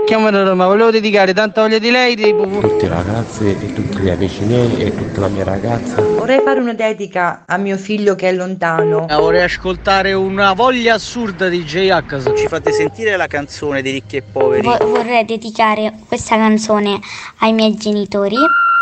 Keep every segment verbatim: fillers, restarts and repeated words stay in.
chiamata Roma, volevo dedicare tanta voglia di lei di... tutte le ragazze e tutti gli amici miei e tutta la mia ragazza. Vorrei fare una dedica a mio figlio che è lontano. Vorrei ascoltare una voglia assurda di J-H. Ci fate sentire la canzone di Ricchi e Poveri? Vo- vorrei dedicare questa canzone ai miei genitori.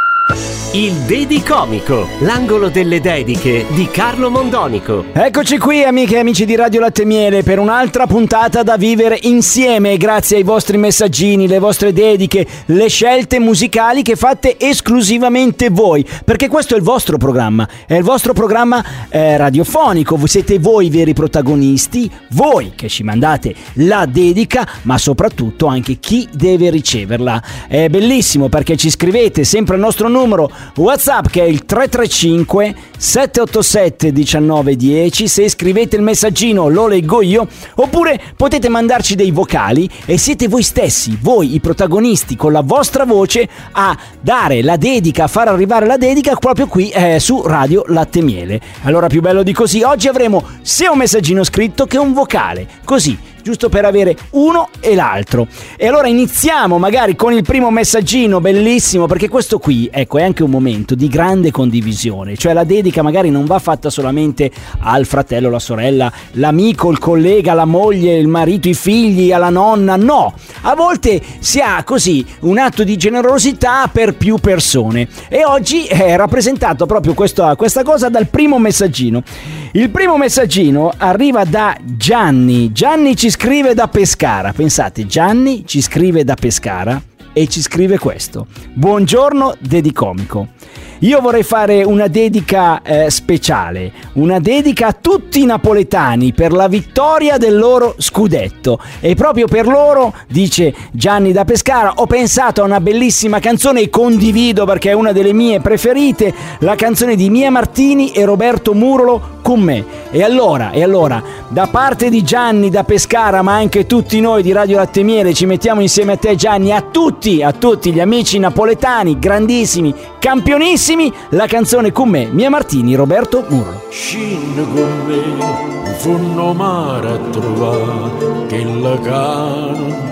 Il Dedicomico, l'angolo delle dediche di Carlo Mondonico. Eccoci qui, amiche e amici di Radio Latte e Miele, per un'altra puntata da vivere insieme, grazie ai vostri messaggini, le vostre dediche, le scelte musicali che fate esclusivamente voi, perché questo è il vostro programma, è il vostro programma eh, radiofonico, voi siete voi i veri protagonisti, voi che ci mandate la dedica, ma soprattutto anche chi deve riceverla. È bellissimo perché ci scrivete sempre al nostro numero WhatsApp, che è il tre tre cinque sette otto sette uno nove uno zero. Se scrivete il messaggino lo leggo io, oppure potete mandarci dei vocali e siete voi stessi, voi i protagonisti, con la vostra voce a dare la dedica, a far arrivare la dedica proprio qui eh, su Radio Latte e Miele. Allora, più bello di così, oggi avremo sia un messaggino scritto che un vocale, così giusto per avere uno e l'altro. E allora iniziamo magari con il primo messaggino bellissimo, perché questo qui, ecco, è anche un momento di grande condivisione, cioè la dedica magari non va fatta solamente al fratello, la sorella, l'amico, il collega, la moglie, il marito, i figli, alla nonna, no, a volte si ha così un atto di generosità per più persone, e oggi è rappresentato proprio questo, questa cosa dal primo messaggino. Il primo messaggino arriva da Gianni. Gianni ci scrive da Pescara. Pensate, Gianni ci scrive da Pescara e ci scrive questo: buongiorno Dedicomico. Io vorrei fare una dedica eh, speciale, una dedica a tutti i napoletani per la vittoria del loro scudetto, e proprio per loro, dice Gianni da Pescara, ho pensato a una bellissima canzone e condivido perché è una delle mie preferite, la canzone di Mia Martini e Roberto Murolo, Con me. E allora, e allora, da parte di Gianni da Pescara, ma anche tutti noi di Radio Latte e Miele, ci mettiamo insieme a te, Gianni, a tutti, a tutti gli amici napoletani, grandissimi, campionissimi, la canzone Con me, Mia Martini, Roberto Murolo. Scendi con me, funno mare a trovare, che la ca non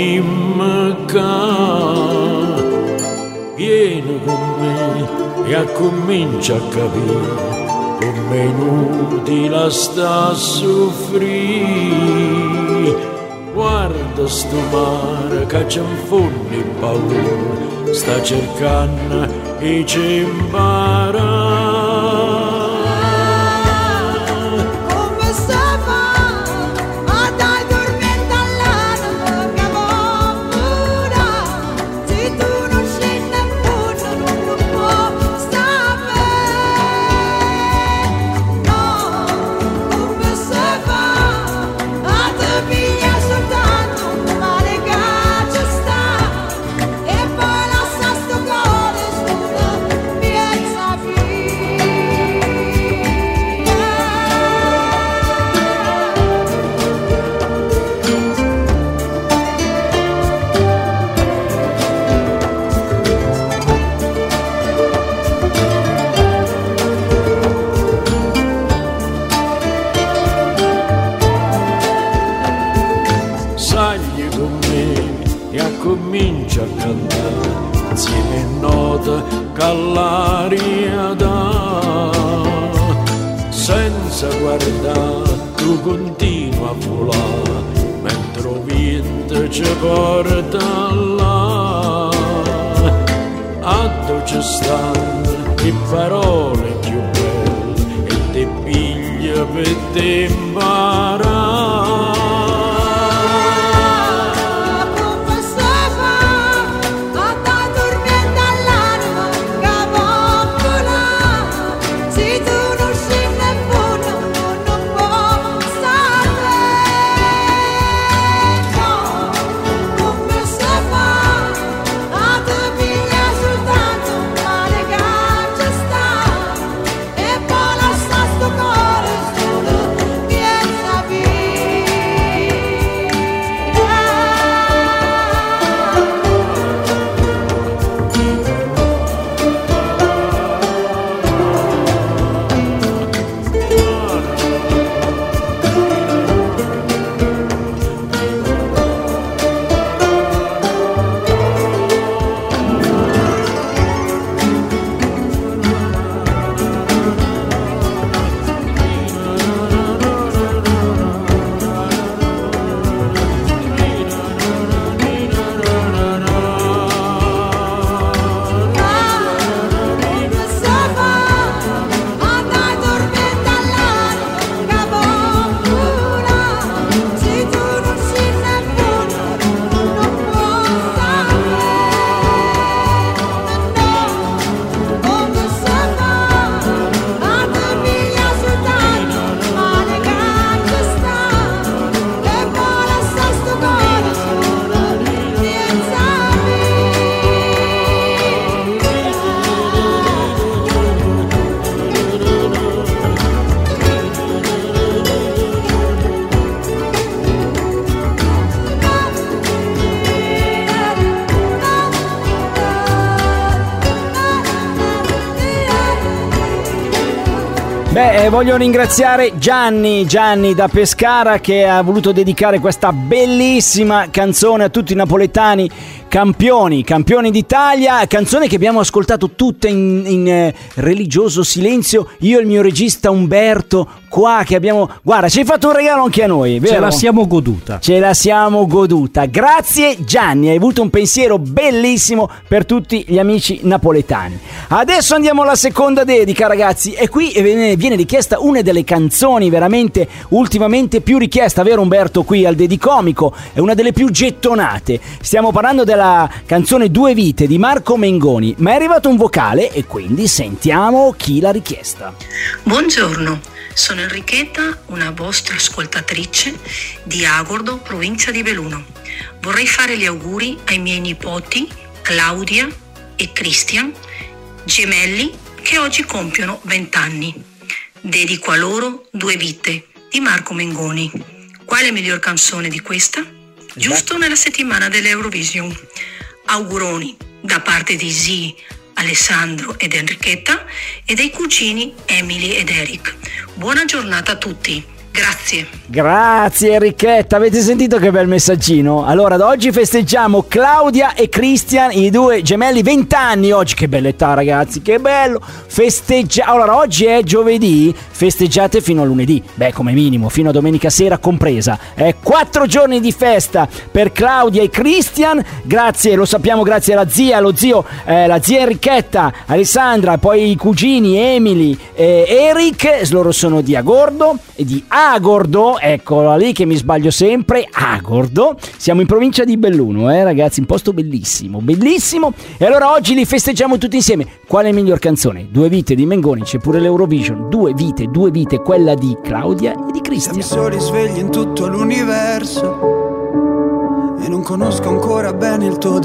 tenim ca. Vieni con me e accomincia a capire come inutile sta a soffrire. Guarda sto mare che c'è un fondo in paura, sta cercando e ci impara. Comincia a cantare insieme note che l'aria dà, senza guardare tu continua a volare mentre il vento ci porta là. A dove ci stanno le parole più belle e te piglia per te imparare. E poi lascia sto cuore solo pienza via. Beh, eh, voglio ringraziare Gianni, Gianni da Pescara, che ha voluto dedicare questa bellissima canzone a tutti i napoletani, campioni, campioni d'Italia, canzone che abbiamo ascoltato tutta in, in eh, religioso silenzio, io e il mio regista Umberto qua che abbiamo, guarda, ci hai fatto un regalo anche a noi, vero? Ce la siamo goduta. Ce la siamo goduta. Grazie Gianni, hai avuto un pensiero bellissimo per tutti gli amici napoletani. Adesso andiamo alla seconda dedica, ragazzi, e qui viene, viene richiesta una delle canzoni veramente ultimamente più richiesta, vero Umberto, qui al Dedicomico, è una delle più gettonate. Stiamo parlando della canzone Due vite di Marco Mengoni, ma è arrivato un vocale e quindi sentiamo chi l'ha richiesta. Buongiorno, sono Enrichetta, una vostra ascoltatrice di Agordo, provincia di Belluno. Vorrei fare gli auguri ai miei nipoti Claudia e Christian, gemelli, che oggi compiono venti anni. Dedico a loro Due vite di Marco Mengoni. Quale miglior canzone di questa? Giusto nella settimana dell'Eurovision. Auguroni da parte di zii Alessandro ed Enrichetta e dei cugini Emily ed Eric. Buona giornata a tutti. Grazie. Grazie Enrichetta, avete sentito che bel messaggino? Allora, da oggi festeggiamo Claudia e Christian, i due gemelli, venti anni oggi, che bella età ragazzi, che bello. Festeggia. Allora, oggi è giovedì, festeggiate fino a lunedì, beh come minimo, fino a domenica sera compresa. Eh, quattro giorni di festa per Claudia e Christian, grazie, lo sappiamo grazie alla zia, allo zio, eh, la zia Enrichetta, Alessandra, poi i cugini Emily e Eric, loro sono di Agordo e di Agordo, eccola lì che mi sbaglio sempre, Agordo, siamo in provincia di Belluno, eh ragazzi, un posto bellissimo, bellissimo, e allora oggi li festeggiamo tutti insieme. Qual è la miglior canzone? Due vite di Mengoni, c'è pure l'Eurovision, Due vite, due vite, quella di Claudia e di Christian. Siamo soli svegli in tutto l'universo e non conosco ancora bene il tuo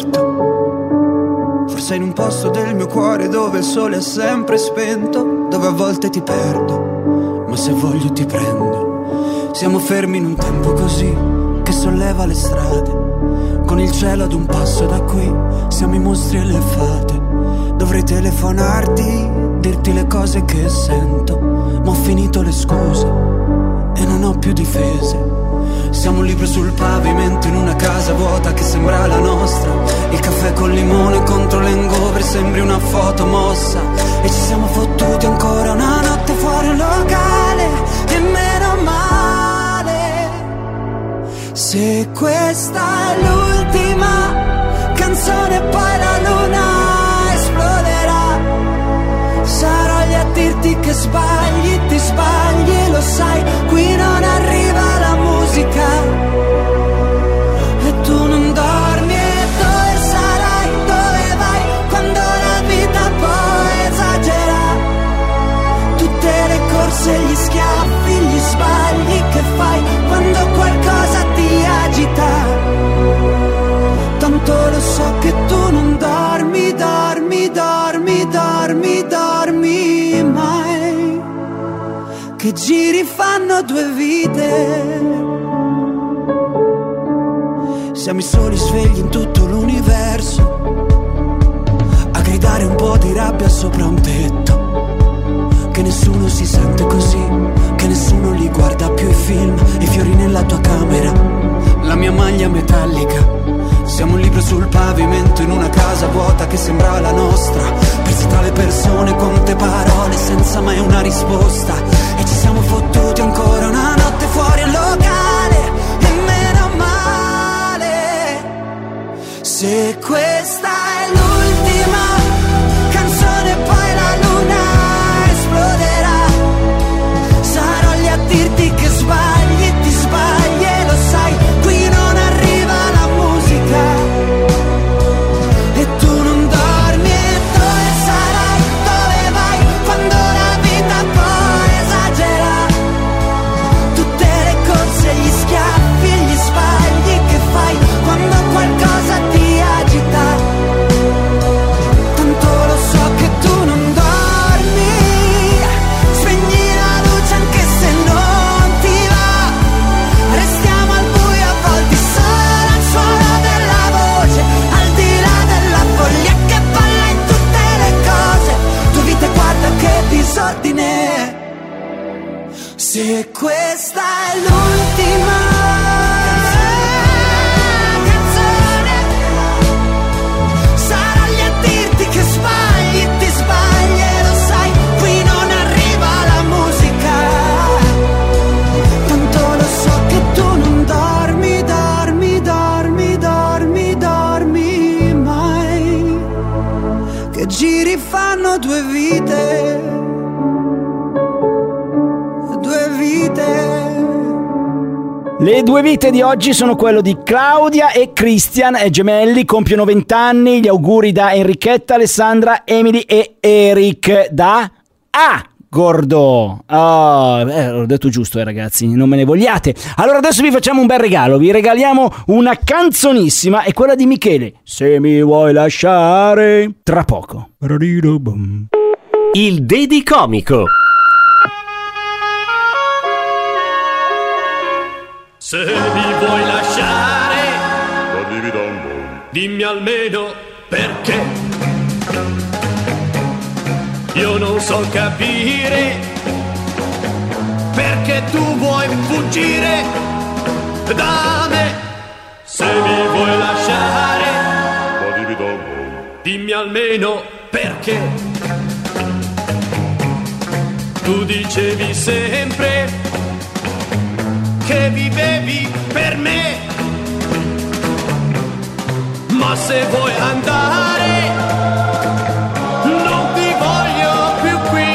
deserto. Forse in un posto del mio cuore dove il sole è sempre spento, dove a volte ti perdo, ma se voglio ti prendo. Siamo fermi in un tempo così che solleva le strade, con il cielo ad un passo da qui, siamo i mostri e le fate. Dovrei telefonarti, dirti le cose che sento, ma ho finito le scuse e non ho più difese. Siamo un libro sul pavimento in una casa vuota che sembra la nostra. Il caffè col limone contro l'hangover sembri una foto mossa. E ci siamo fottuti ancora una notte fuori un locale, e meno male. Se questa è l'ultima canzone poi la luna esploderà. Sarò lì a dirti che sbagli, ti sbagli e lo sai, qui non arriva la musica e tu non dormi. E dove sarai, dove vai, quando la vita poi esagera? Tutte le corse, gli schiaffi, gli sbagli che fai quando qualcosa ti agita. Tanto lo so che tu non dormi, dormi, dormi, dormi, dormi mai. Che giri fanno due vite. Siamo i soli svegli in tutto l'universo, a gridare un po' di rabbia sopra un tetto. Che nessuno si sente così, che nessuno li guarda più i film, i fiori nella tua camera, la mia maglia metallica. Siamo un libro sul pavimento in una casa vuota che sembra la nostra, persi tra le persone, quante parole senza mai una risposta. E ci siamo fottuti ancora una notte fuori al locale, e meno male. Se questa è l'ultima canzone poi la luna esploderà. Sarò lì a dirti che sbagli, ti sbagli e lo sai, qui non arriva la musica e tu non dormi. E dove sarai, dove vai, quando la vita poi esagera? Tutte le corse, gli schiaffi e gli sbagli che fai quando qualcosa ti agita. questa è l'ultima canzone. Sarà lì a dirti che sbagli, ti sbagli e lo sai, qui non arriva la musica. Tanto lo so che tu non dormi, dormi, dormi, dormi, dormi mai. Che giri fanno due vite, due vite. Le due vite di oggi sono quello di Claudia e Christian, gemelli, compiono venti anni. Gli auguri da Enrichetta, Alessandra, Emily e Eric da Agordo. Oh, eh, l'ho detto giusto, eh, ragazzi, non me ne vogliate. Allora adesso vi facciamo un bel regalo, vi regaliamo una canzonissima, è quella di Michele, Se mi vuoi lasciare, tra poco. Il Dedicomico. Se mi vuoi lasciare, dimmi almeno perché. Io non so capire perché tu vuoi fuggire da me. Se mi vuoi lasciare, dimmi almeno perché. Tu dicevi sempre che vivevi per me, ma se vuoi andare non ti voglio più qui.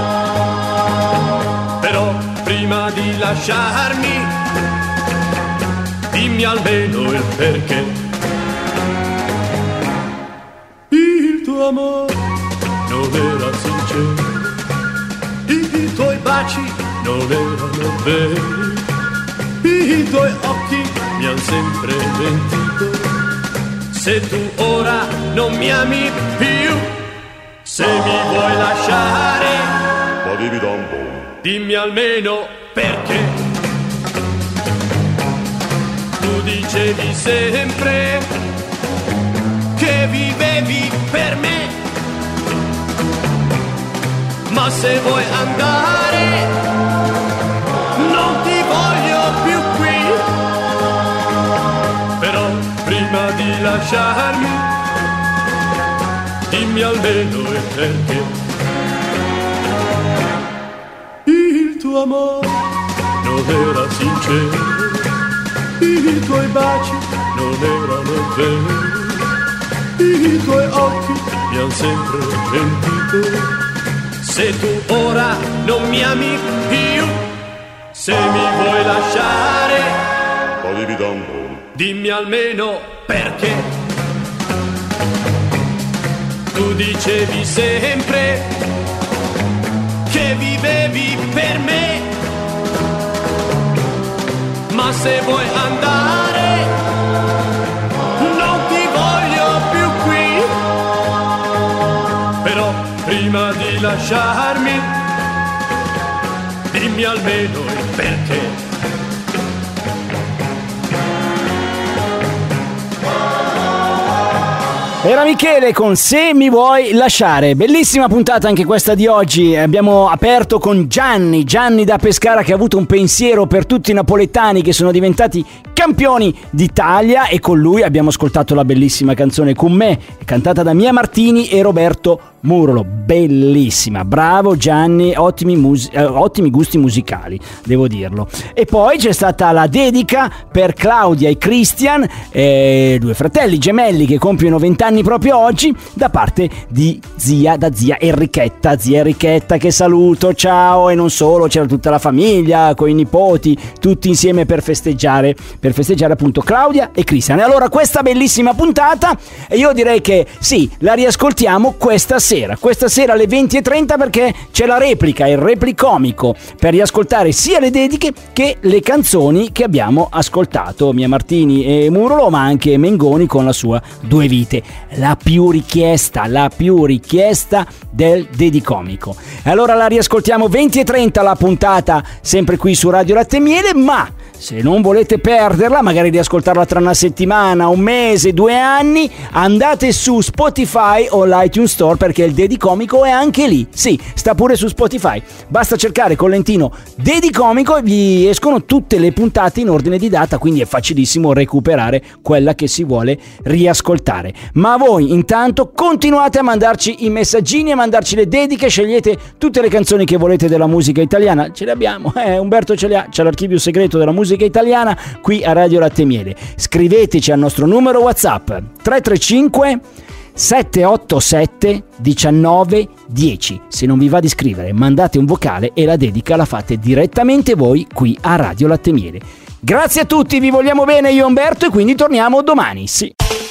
Però prima di lasciarmi dimmi almeno il perché. Il tuo amore non era sincero, i tuoi baci non erano veri, i tuoi occhi mi han sempre mentito. Se tu ora non mi ami più, se mi vuoi lasciare, dimmi almeno perché. Tu dicevi sempre che vivevi per me, ma se vuoi andare non ti voglio più qui. Però prima di lasciarmi dimmi almeno il perché. Il tuo amore non era sincero, i tuoi baci non erano veri, i tuoi occhi mi han sempre mentito. Se tu ora non mi ami più, se mi vuoi lasciare, dimmi almeno perché. Tu dicevi sempre che vivevi per me, ma se vuoi andare non ti voglio più qui. Però prima di lasciarmi dimmi almeno il perché. Era Michele con Se mi vuoi lasciare. Bellissima puntata anche questa di oggi. Abbiamo aperto con Gianni Gianni da Pescara, che ha avuto un pensiero per tutti i napoletani che sono diventati campioni d'Italia, e con lui abbiamo ascoltato la bellissima canzone Con me, cantata da Mia Martini e Roberto Murolo. Bellissima, bravo Gianni, ottimi, mus- eh, ottimi gusti musicali, devo dirlo. E poi c'è stata la dedica per Claudia e Christian, eh, due fratelli gemelli che compiono venti anni proprio oggi, da parte di zia, da zia Enrichetta. Zia Enrichetta, che saluto, ciao. E non solo, c'era tutta la famiglia con i nipoti, tutti insieme per festeggiare, per festeggiare appunto Claudia e Christian. E allora questa bellissima puntata, e io direi che sì, la riascoltiamo questa sera. Questa sera alle venti e trenta, perché c'è la replica, il replicomico, per riascoltare sia le dediche che le canzoni che abbiamo ascoltato, Mia Martini e Murolo, ma anche Mengoni con la sua Due Vite, la più richiesta, la più richiesta del Dedicomico. Allora la riascoltiamo venti e trenta la puntata, sempre qui su Radio Latte e Miele, ma se non volete perderla, magari di ascoltarla tra una settimana, un mese, due anni, andate su Spotify o l'iTunes Store, perché il Dedicomico è anche lì. Sì, sta pure su Spotify. Basta cercare con Lentino Dedicomico e vi escono tutte le puntate in ordine di data, quindi è facilissimo recuperare quella che si vuole riascoltare. Ma voi intanto continuate a mandarci i messaggini, a mandarci le dediche, scegliete tutte le canzoni che volete della musica italiana. Ce le abbiamo, eh, Umberto ce le ha, c'è l'archivio segreto della musica italiana qui a Radio Latte Miele. Scriveteci al nostro numero WhatsApp tre tre cinque sette otto sette diciannove dieci. Se non vi va di scrivere, mandate un vocale e la dedica la fate direttamente voi qui a Radio Latte Miele. Grazie a tutti, vi vogliamo bene io e Umberto, e quindi torniamo domani. Sì.